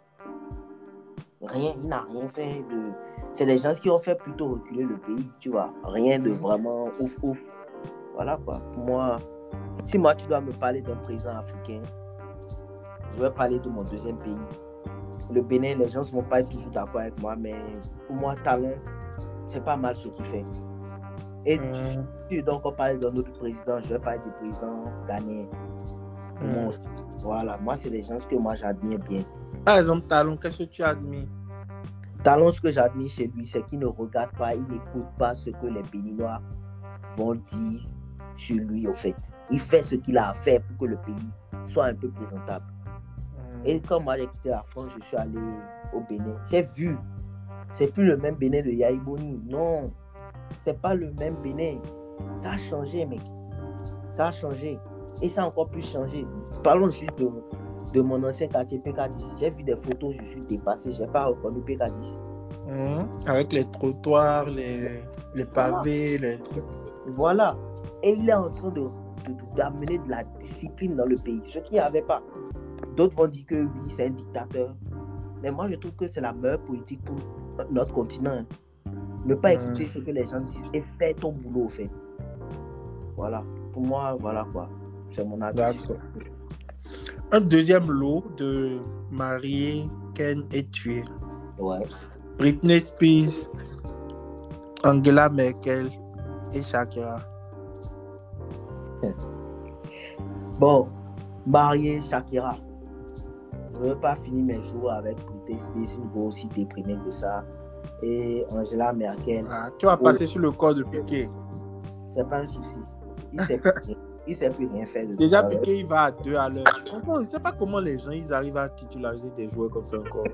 [SPEAKER 1] Rien, il n'a rien fait de... C'est des gens qui ont fait plutôt reculer le pays, tu vois. Rien de vraiment ouf. Voilà quoi. Pour moi, si moi tu dois me parler d'un président africain, je vais parler de mon deuxième pays. Le Bénin, les gens ne vont pas être toujours d'accord avec moi, mais pour moi, Talon, c'est pas mal ce qu'il fait. Et si tu dois encore parler d'un autre président, je vais parler du président ghanéen. Pour moi aussi. Voilà, moi, c'est des gens que moi j'admire bien.
[SPEAKER 2] Par exemple, Talon, qu'est-ce que tu admires?
[SPEAKER 1] Talon, ce que j'admire chez lui, c'est qu'il ne regarde pas, il n'écoute pas ce que les Béninois vont dire sur lui, au fait. Il fait ce qu'il a à faire pour que le pays soit un peu présentable. Et quand moi j'ai quitté la France, je suis allé au Bénin. J'ai vu, c'est plus le même Bénin de Yahi Boni. Non, c'est pas le même Bénin. Ça a changé, mec. Ça a changé. Et ça a encore plus changé. Parlons juste de mon ancien quartier PK10. J'ai vu des photos, je suis dépassé. Je n'ai pas reconnu PK10.
[SPEAKER 2] Avec les trottoirs, les pavés, les trucs.
[SPEAKER 1] Voilà. Et il est en train d'amener de la discipline dans le pays. Ce qu'il n'y avait pas. D'autres vont dire que oui, c'est un dictateur. Mais moi, je trouve que c'est la meilleure politique pour notre continent. Ne pas écouter ce que les gens disent et faire ton boulot, au fait. Voilà. Pour moi, voilà quoi. C'est mon avis.
[SPEAKER 2] D'accord. Un deuxième lot de mariés, Ken et tués.
[SPEAKER 1] Ouais.
[SPEAKER 2] Britney Spears, Angela Merkel et Shakira.
[SPEAKER 1] Bon, marié Shakira. Je ne veux pas finir mes jours avec Britney Spears, une go aussi déprimée que ça. Et Angela Merkel.
[SPEAKER 2] Tu vas passer sur le corps de Piqué.
[SPEAKER 1] C'est pas un souci. Il sait plus rien faire.
[SPEAKER 2] Déjà, Piqué, il va à 2 à l'heure. Je ne sais pas comment les gens ils arrivent à titulariser des joueurs comme ça encore.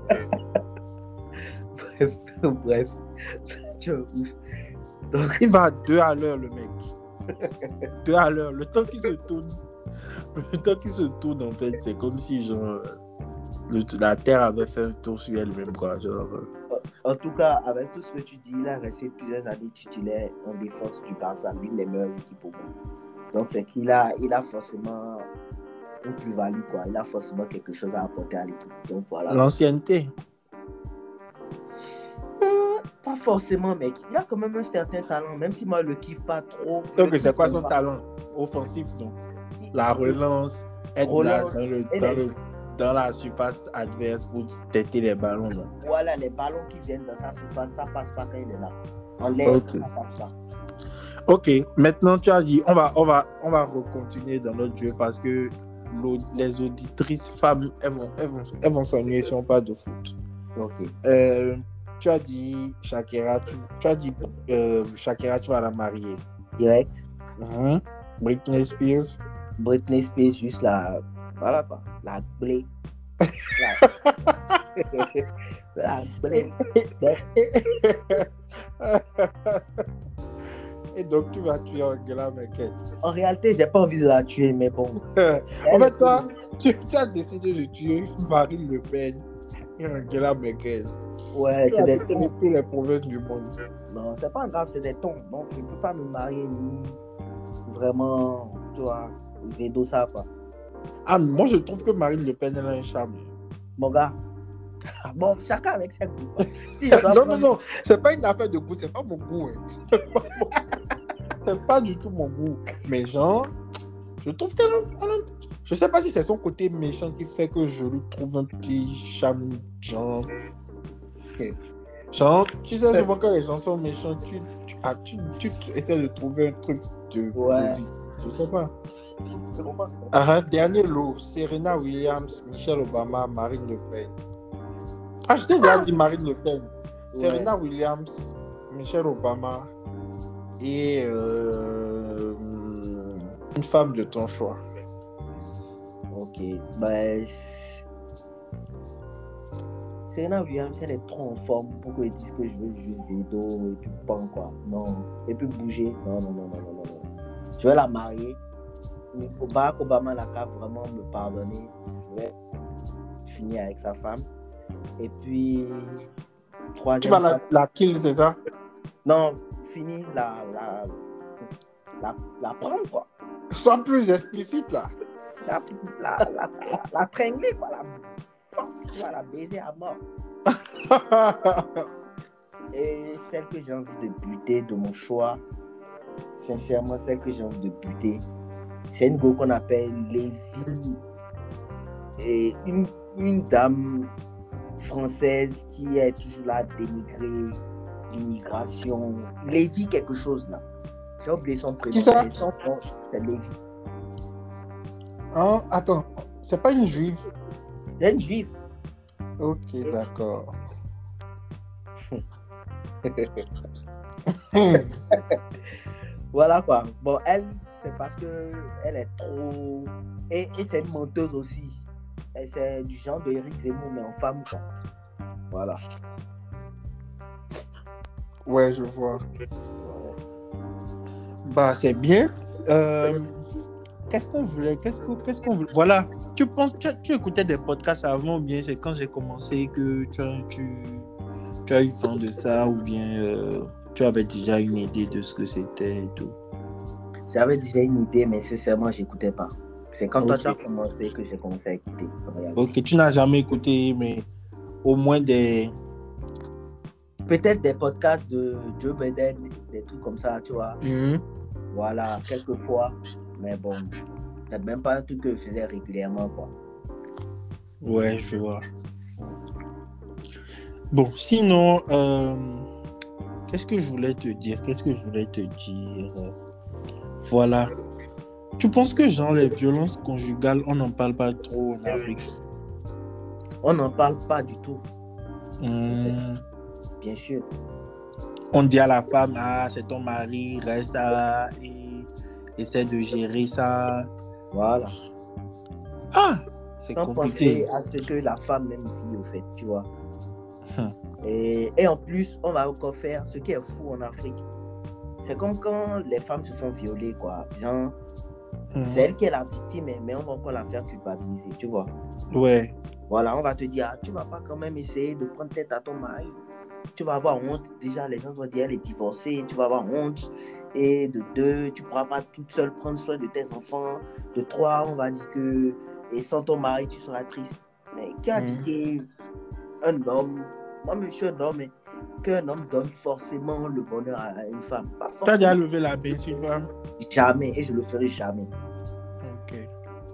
[SPEAKER 1] Bref. Tu es ouf.
[SPEAKER 2] Donc, il va à 2 à l'heure, le mec. 2 à l'heure. Le temps qu'il se tourne, en fait, c'est comme si genre, la Terre avait fait un tour sur elle-même, quoi. Genre,
[SPEAKER 1] En tout cas, avec tout ce que tu dis, il a resté plusieurs années titulaire en défense du Barça, l'une des meilleures équipes au monde. Donc, c'est qu'il a forcément une plus-value, quoi. Il a forcément quelque chose à apporter à l'équipe. Donc, voilà.
[SPEAKER 2] L'ancienneté.
[SPEAKER 1] Pas forcément, mec. Il a quand même un certain talent, même si moi, je le kiffe pas trop.
[SPEAKER 2] Donc, c'est quoi son talent offensif, donc? La relance, être là dans la surface adverse pour têter les ballons. Là.
[SPEAKER 1] Voilà, les ballons qui viennent dans sa surface, ça passe pas quand il est là. En l'air,
[SPEAKER 2] okay.
[SPEAKER 1] Ça passe pas.
[SPEAKER 2] Ok, maintenant tu as dit, on va recontinuer dans notre jeu parce que les auditrices femmes, elles vont s'ennuyer si on parle de foot.
[SPEAKER 1] Ok.
[SPEAKER 2] Tu as dit Shakira, Shakira, tu vas la marier.
[SPEAKER 1] Direct.
[SPEAKER 2] Britney Spears,
[SPEAKER 1] juste la... Voilà quoi. La blé. La blé.
[SPEAKER 2] Et donc tu vas tuer Angela Merkel.
[SPEAKER 1] En réalité, j'ai pas envie de la tuer, mais bon.
[SPEAKER 2] En fait, toi, tu as décidé de tuer Marine Le Pen et Angela Merkel.
[SPEAKER 1] Ouais, c'est des tons.
[SPEAKER 2] Tous les provinces du monde.
[SPEAKER 1] Non, c'est pas grave, c'est des tons. Donc, je peux pas me marier ni vraiment, tu vois, zédo ça, quoi.
[SPEAKER 2] Ah, moi, je trouve que Marine Le Pen, elle a un charme.
[SPEAKER 1] Mon gars, Bon, chacun avec ses goûts. Si je dois
[SPEAKER 2] Non,
[SPEAKER 1] prendre-
[SPEAKER 2] non, c'est pas une affaire de goût, c'est pas mon goût. Hein. C'est pas du tout mon goût. Mais genre, je trouve je sais pas si c'est son côté méchant qui fait que je lui trouve un petit charme, genre. Genre, tu sais, souvent quand les gens sont méchants, tu essaies de trouver un truc de positif. Je sais pas. Dernier lot, Serena Williams, Michelle Obama, Marine Le Pen. Ah, je t'ai déjà dit Marine Le Pen.
[SPEAKER 1] Ouais.
[SPEAKER 2] Serena Williams, Michelle Obama et une femme de ton choix.
[SPEAKER 1] Ok, ben. Serena Williams, elle est trop en forme pour qu'elle dise que je veux juste des dos et puis pan quoi. Non. Et puis bouger. Non. Je vais la marier. Barack Obama n'a qu'à vraiment me pardonner. Je vais finir avec sa femme. Et puis,
[SPEAKER 2] Tu
[SPEAKER 1] troisième
[SPEAKER 2] vas
[SPEAKER 1] fois-
[SPEAKER 2] la kill, c'est ça?
[SPEAKER 1] Non, finir la prendre quoi.
[SPEAKER 2] Sois plus explicite là.
[SPEAKER 1] La tringler quoi. Tu vas la baiser à mort. Et celle que j'ai envie de buter de mon choix, sincèrement, celle que j'ai envie de buter, c'est une go qu'on appelle Lévi. Et une dame française qui est toujours là à dénigrer l'immigration. Lévi quelque chose là. J'ai oublié son prénom.
[SPEAKER 2] Qui ça?
[SPEAKER 1] Mais son nom, c'est Lévi.
[SPEAKER 2] Hein? Attends, c'est pas une juive?
[SPEAKER 1] C'est une juive.
[SPEAKER 2] Ok, d'accord.
[SPEAKER 1] Voilà quoi. Bon, elle, c'est parce que elle est trop. Et c'est une menteuse aussi. Et c'est du genre de Eric Zemmour, mais en femme quoi. Voilà.
[SPEAKER 2] Ouais, je vois. Bah, c'est bien. Qu'est-ce qu'on voulait? Voilà. Tu penses, tu écoutais des podcasts avant ou bien c'est quand j'ai commencé que tu as eu vent de ça ou bien tu avais déjà une idée de ce que c'était et tout?
[SPEAKER 1] J'avais déjà une idée, mais sincèrement, j'écoutais pas. C'est quand toi
[SPEAKER 2] Ok.
[SPEAKER 1] tu as commencé que j'ai commencé à écouter.
[SPEAKER 2] Ok, tu n'as jamais écouté, mais au moins des...
[SPEAKER 1] Peut-être des podcasts de Joe Biden, des trucs comme ça, tu vois. Voilà, quelques fois. Mais bon, c'est même pas un truc que je faisais régulièrement, quoi.
[SPEAKER 2] Ouais, je vois. Bon, sinon, qu'est-ce que je voulais te dire? Voilà. Tu penses que, genre, les violences conjugales, on n'en parle pas trop en Afrique?
[SPEAKER 1] On n'en parle pas du tout, bien sûr.
[SPEAKER 2] On dit à la femme, ah, c'est ton mari, reste là et essaie de gérer ça.
[SPEAKER 1] Voilà.
[SPEAKER 2] Ah, c'est
[SPEAKER 1] Sans
[SPEAKER 2] compliqué.
[SPEAKER 1] penser à ce que la femme même vit, au fait, tu vois. Et en plus, on va encore faire ce qui est fou en Afrique. C'est comme quand les femmes se font violer, quoi. Genre, c'est elle qui est la victime, mais on va encore la faire culpabiliser, tu vois.
[SPEAKER 2] Ouais.
[SPEAKER 1] Voilà, on va te dire, ah, tu vas pas quand même essayer de prendre tête à ton mari. Tu vas avoir honte. Déjà, les gens vont dire, elle est divorcée, tu vas avoir honte. Et de 2, tu pourras pas toute seule prendre soin de tes enfants. De 3, on va dire que, et sans ton mari, tu seras triste. Mais qui a dit qu'un homme, moi-même je suis un homme, mais qu'un homme donne forcément le bonheur à une femme? Pas forcément.
[SPEAKER 2] Tu as déjà levé la baisse une femme?
[SPEAKER 1] Jamais, et je le ferai jamais.
[SPEAKER 2] Ok.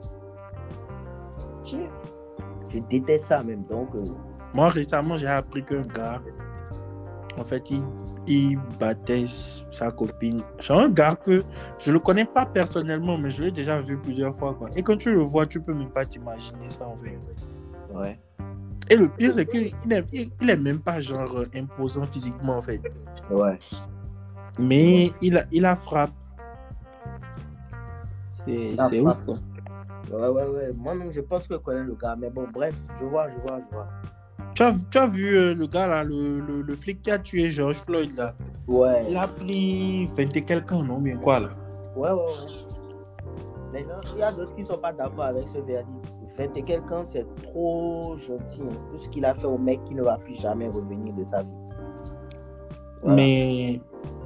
[SPEAKER 1] Je déteste ça même, donc...
[SPEAKER 2] Moi, récemment, j'ai appris qu'un gars, en fait, il battait sa copine. C'est un gars que je ne le connais pas personnellement, mais je l'ai déjà vu plusieurs fois, quoi. Et quand tu le vois, tu peux même pas t'imaginer ça, en fait.
[SPEAKER 1] Ouais.
[SPEAKER 2] Et le pire, c'est qu'il est même pas genre imposant physiquement, en fait.
[SPEAKER 1] Ouais.
[SPEAKER 2] Mais il a frappe. C'est ouf, quoi.
[SPEAKER 1] Ouais. Moi-même, je pense que je connais le gars. Mais bon, bref, je vois.
[SPEAKER 2] Tu as vu le gars, là, le flic qui a tué George Floyd, là?
[SPEAKER 1] Ouais.
[SPEAKER 2] Il a pris 20 et quelques ans, non? Bien quoi, là?
[SPEAKER 1] Ouais. Mais non, il y a d'autres qui ne sont pas d'accord avec ce verdict. Fait et quelqu'un, c'est trop gentil. Hein. Tout ce qu'il a fait au mec qui ne va plus jamais revenir de sa vie. Voilà.
[SPEAKER 2] Mais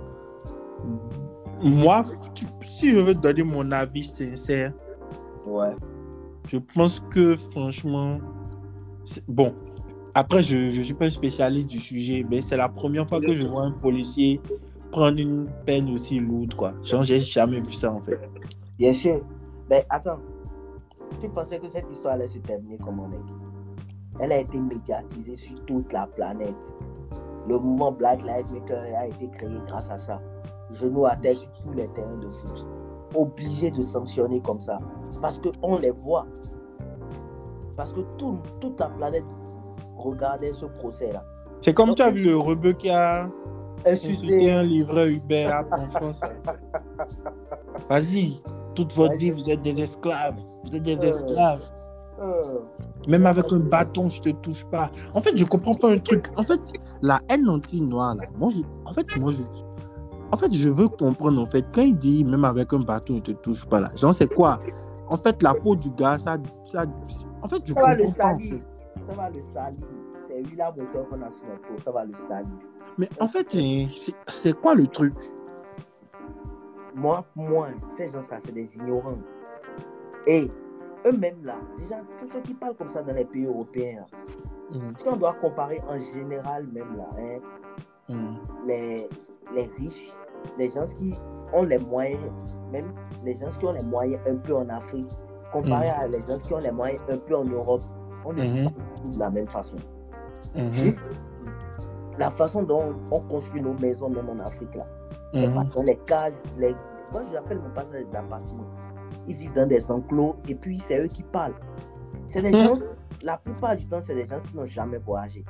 [SPEAKER 2] moi, si je veux te donner mon avis sincère,
[SPEAKER 1] ouais.
[SPEAKER 2] je pense que franchement, bon, Après, je ne suis pas un spécialiste du sujet, mais c'est la première fois que je vois un policier prendre une peine aussi lourde, quoi. Genre, j'ai jamais vu ça, en fait.
[SPEAKER 1] Bien sûr. Mais attends, tu pensais que cette histoire allait se terminer comment, mec? Elle a été médiatisée sur toute la planète. Le mouvement Black Lives Matter a été créé grâce à ça. Genoux à terre sur tous les terrains de foot. Obligé de sanctionner comme ça. Parce qu'on les voit. Parce que toute la planète regardait ce procès-là.
[SPEAKER 2] C'est comme tu as vu le rebeu qui a
[SPEAKER 1] insulté
[SPEAKER 2] insulté un livreur Uber en France. Vas-y, toute votre vie, vous êtes des esclaves. Vous êtes des esclaves. Même avec un bâton, je te touche pas. En fait, je comprends pas un truc. En fait, la haine anti-noire, là, je veux comprendre, en fait, quand il dit même avec un bâton, il te touche pas, là. Genre, c'est quoi? En fait, la peau du gars, ça en fait, je comprends pas, en fait.
[SPEAKER 1] Ça va le salir. C'est lui la moteur qu'on a sur notre peau, ça va le salir.
[SPEAKER 2] Mais en fait, c'est quoi le truc?
[SPEAKER 1] Moi, ces gens-là, c'est des ignorants. Et eux-mêmes, là, déjà, tous ceux qui parlent comme ça dans les pays européens, si on doit comparer en général, même là, les riches, les gens qui ont les moyens, même les gens qui ont les moyens un peu en Afrique, comparé à les gens qui ont les moyens un peu en Europe, on ne vit pas de la même façon. Juste la façon dont on construit nos maisons, même en Afrique, là. Dans les cages, moi je l'appelle même pas ça des appartements. Ils vivent dans des enclos et puis c'est eux qui parlent. C'est des gens, la plupart du temps, c'est des gens qui n'ont jamais voyagé.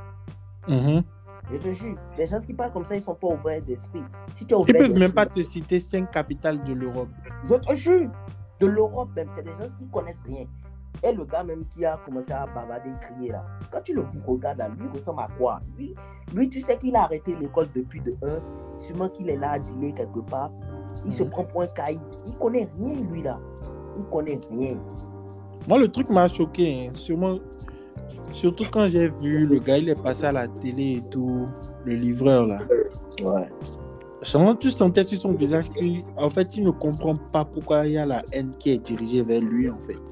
[SPEAKER 1] Je te jure, les gens qui parlent comme ça, ils ne sont pas ouverts d'esprit. Si tu es ouvert
[SPEAKER 2] ils ne peuvent même pas te citer 5 capitales de l'Europe.
[SPEAKER 1] Je te jure, de l'Europe même, c'est des gens qui ne connaissent rien. Et le gars même qui a commencé à bavarder, crier là, quand tu le regardes là, lui il ressemble à quoi? Lui, tu sais qu'il a arrêté l'école depuis de 1, sûrement qu'il est là à dealer quelque part. Il se prend pour un caïd. Il connaît rien, lui, là. Il connaît rien.
[SPEAKER 2] Moi, le truc m'a choqué, hein. Surtout quand j'ai vu le gars, il est passé à la télé et tout, le livreur, là.
[SPEAKER 1] Ouais.
[SPEAKER 2] Tu sentais sur son visage qu'en fait, il ne comprend pas pourquoi il y a la haine qui est dirigée vers lui, en fait.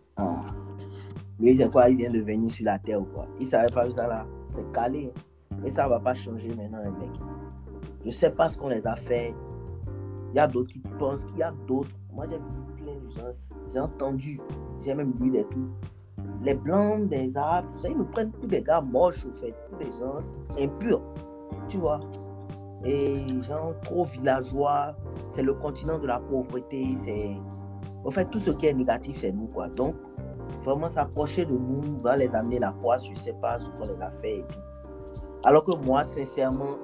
[SPEAKER 1] Lui, c'est quoi? Il vient de venir sur la terre ou quoi? Il ne savait pas ça, là. C'est calé. Et ça ne va pas changer maintenant, les mecs. Je ne sais pas ce qu'on les a fait. Il y a d'autres qui pensent qu'il y a d'autres. Moi, j'ai vu plein de gens. J'ai entendu. J'ai même lu des trucs. Les Blancs, des Arabes, tout ça, ils nous prennent tous des gars moches, au fait. Tous des gens impurs. Tu vois? Et gens trop villageois. C'est le continent de la pauvreté. C'est... En fait, tout ce qui est négatif, c'est nous, quoi. Donc, vraiment s'approcher de nous va les amener la poisse. Je ne sais pas ce qu'on les a fait et tout. Alors que moi, sincèrement,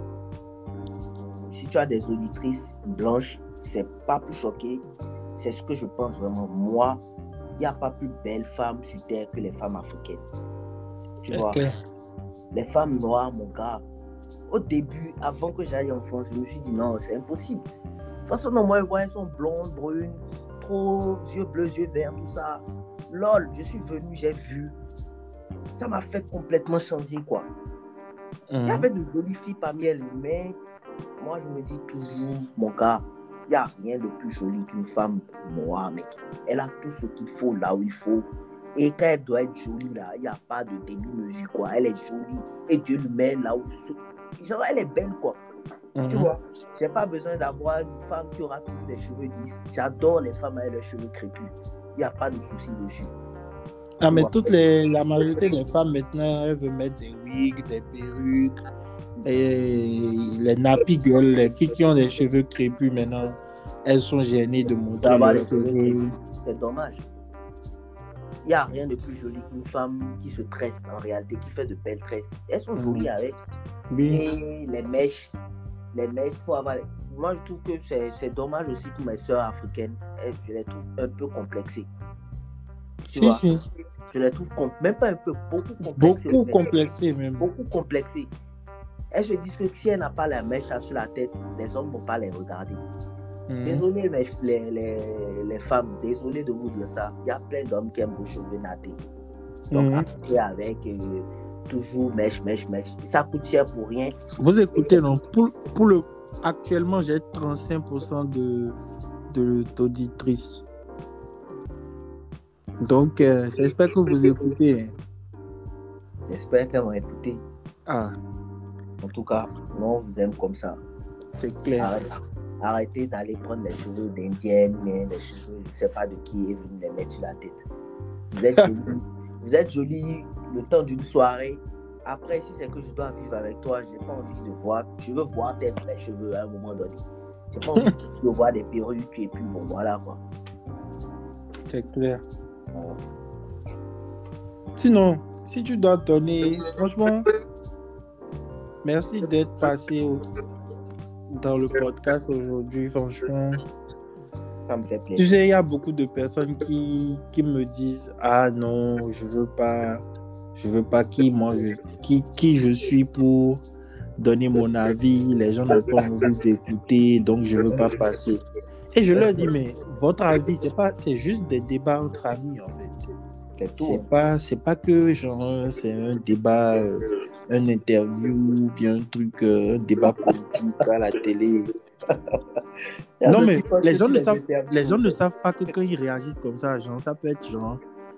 [SPEAKER 1] si tu as des auditrices blanches, c'est pas plus choqué. C'est ce que je pense vraiment. Moi, il n'y a pas plus belles femmes sur terre que les femmes africaines. Tu vois? Les femmes noires, mon gars, au début, avant que j'aille en France, je me suis dit non, c'est impossible. De toute façon, non, moi, je vois, elles sont blondes, brunes, trop, yeux bleus, yeux verts, tout ça. Lol, je suis venu, j'ai vu. Ça m'a fait complètement changer, quoi. Il y avait de jolies filles parmi elles, mais moi, je me dis toujours, mon gars, il n'y a rien de plus joli qu'une femme noire, mec. Elle a tout ce qu'il faut là où il faut. Et quand elle doit être jolie, là, il n'y a pas de demi-mesure, quoi. Elle est jolie et Dieu lui met là où... Genre, elle est belle, quoi. Tu vois, j'ai pas besoin d'avoir une femme qui aura tous les cheveux lisses. J'adore les femmes avec les cheveux crépus. Il n'y a pas de souci dessus.
[SPEAKER 2] Ah, mais la majorité des femmes maintenant, elles veulent mettre des wigs, des perruques, et les nappy girls, les filles qui ont des cheveux crépus maintenant, elles sont gênées de montrer leurs cheveux.
[SPEAKER 1] C'est dommage. Il n'y a rien de plus joli qu'une femme qui se tresse en réalité, qui fait de belles tresses. Elles sont jolies avec. Oui. Et les mèches, pour avoir... Moi, je trouve que c'est dommage aussi pour mes soeurs africaines. Je les trouve un peu complexées. Tu vois? Je les trouve même pas un peu, beaucoup complexées. Beaucoup complexées. Elles se disent que si elle n'a pas la mèche sur la tête, les hommes ne vont pas les regarder. Désolé les femmes, désolé de vous dire ça. Il y a plein d'hommes qui aiment vos cheveux nattés. Donc après avec toujours mèche. Ça coûte cher pour rien.
[SPEAKER 2] Vous écoutez, non? Actuellement, j'ai 35% d'auditrices. Donc, j'espère que vous écoutez.
[SPEAKER 1] J'espère qu'elles vont écouter.
[SPEAKER 2] Ah,
[SPEAKER 1] En tout cas, nous, on vous aime comme ça.
[SPEAKER 2] c'est clair.
[SPEAKER 1] Arrêtez d'aller prendre les cheveux d'indienne, mais les cheveux, je ne sais pas de qui est venu les mettre sur la tête. Vous êtes jolis le temps d'une soirée. Après, si c'est que je dois vivre avec toi, j'ai pas envie de voir. Je veux voir tes vrais cheveux à un moment donné. J'ai pas envie de voir des perruques et puis bon, voilà quoi.
[SPEAKER 2] C'est clair. Sinon, si tu dois donner, franchement, merci d'être passé dans le podcast aujourd'hui, franchement.
[SPEAKER 1] Ça me fait plaisir.
[SPEAKER 2] Tu sais, il y a beaucoup de personnes qui me disent ah non, je veux pas qui je suis pour donner mon avis, les gens n'ont pas envie d'écouter, donc je veux pas passer. Et je leur dis mais votre avis, c'est juste des débats entre amis en fait. C'est pas que genre c'est un débat, un interview, bien un truc, un débat politique à la télé. Non mais les gens ne savent pas que quand ils réagissent comme ça, genre ça peut être genre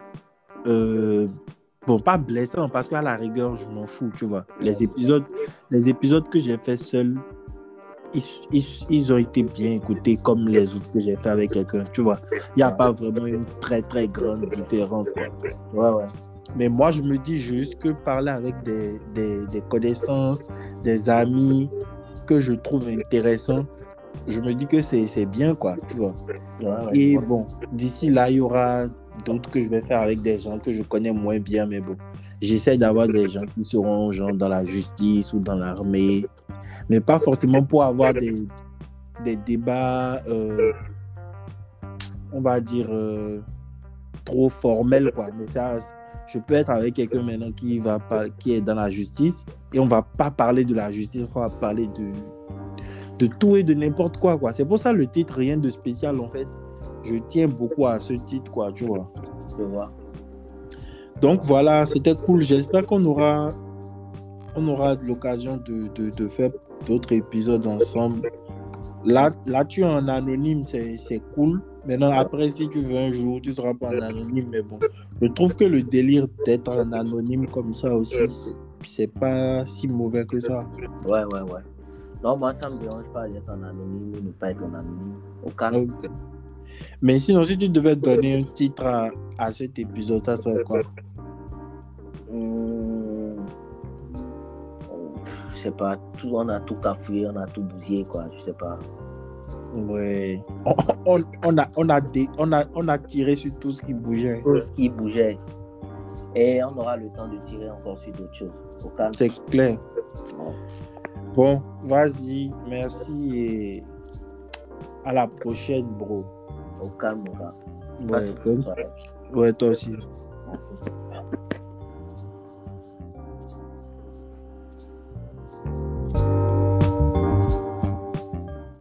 [SPEAKER 2] bon, pas blessant parce qu'à la rigueur je m'en fous, tu vois. Les épisodes que j'ai fait seul, ils ont été bien écoutés comme les autres que j'ai fait avec quelqu'un, tu vois. Il n'y a pas vraiment une très très grande différence, quoi.
[SPEAKER 1] Ouais.
[SPEAKER 2] Mais moi je me dis juste que parler avec des connaissances, des amis que je trouve intéressants, je me dis que c'est bien, quoi, tu vois.
[SPEAKER 1] Ouais,
[SPEAKER 2] et bon, d'ici là, il y aura d'autres que je vais faire avec des gens que je connais moins bien, mais bon, j'essaie d'avoir des gens qui seront genre dans la justice ou dans l'armée, mais pas forcément pour avoir des débats, on va dire, trop formels, quoi. Mais ça, je peux être avec quelqu'un maintenant qui est dans la justice et on va pas parler de la justice, on va parler de tout et de n'importe quoi. C'est pour ça le titre, rien de spécial en fait. Je tiens beaucoup à ce titre, quoi, tu vois.
[SPEAKER 1] Je vois.
[SPEAKER 2] Donc voilà, c'était cool. J'espère qu'on aura l'occasion de faire d'autres épisodes ensemble. Là, tu es en anonyme, c'est cool. Maintenant, après, si tu veux un jour, tu ne seras pas en anonyme. Mais bon, je trouve que le délire d'être en anonyme comme ça aussi, c'est pas si mauvais que ça.
[SPEAKER 1] Ouais. Non, moi, ça ne me dérange pas d'être en anonyme ou ne pas être en anonyme. Au calme.
[SPEAKER 2] Okay. Mais sinon, si tu devais donner un titre à cet épisode, ça serait quoi?
[SPEAKER 1] Je sais pas. On a tout cafouillé, on a tout bousillé, quoi. Je sais pas.
[SPEAKER 2] Ouais. On a tiré sur tout ce qui bougeait.
[SPEAKER 1] Tout ce qui bougeait. Et on aura le temps de tirer encore sur d'autres choses. Au calme.
[SPEAKER 2] C'est clair.
[SPEAKER 1] Ouais.
[SPEAKER 2] Bon, vas-y, merci et à la prochaine, bro.
[SPEAKER 1] Au calme, mon gars.
[SPEAKER 2] Ouais, toi aussi.
[SPEAKER 1] Merci.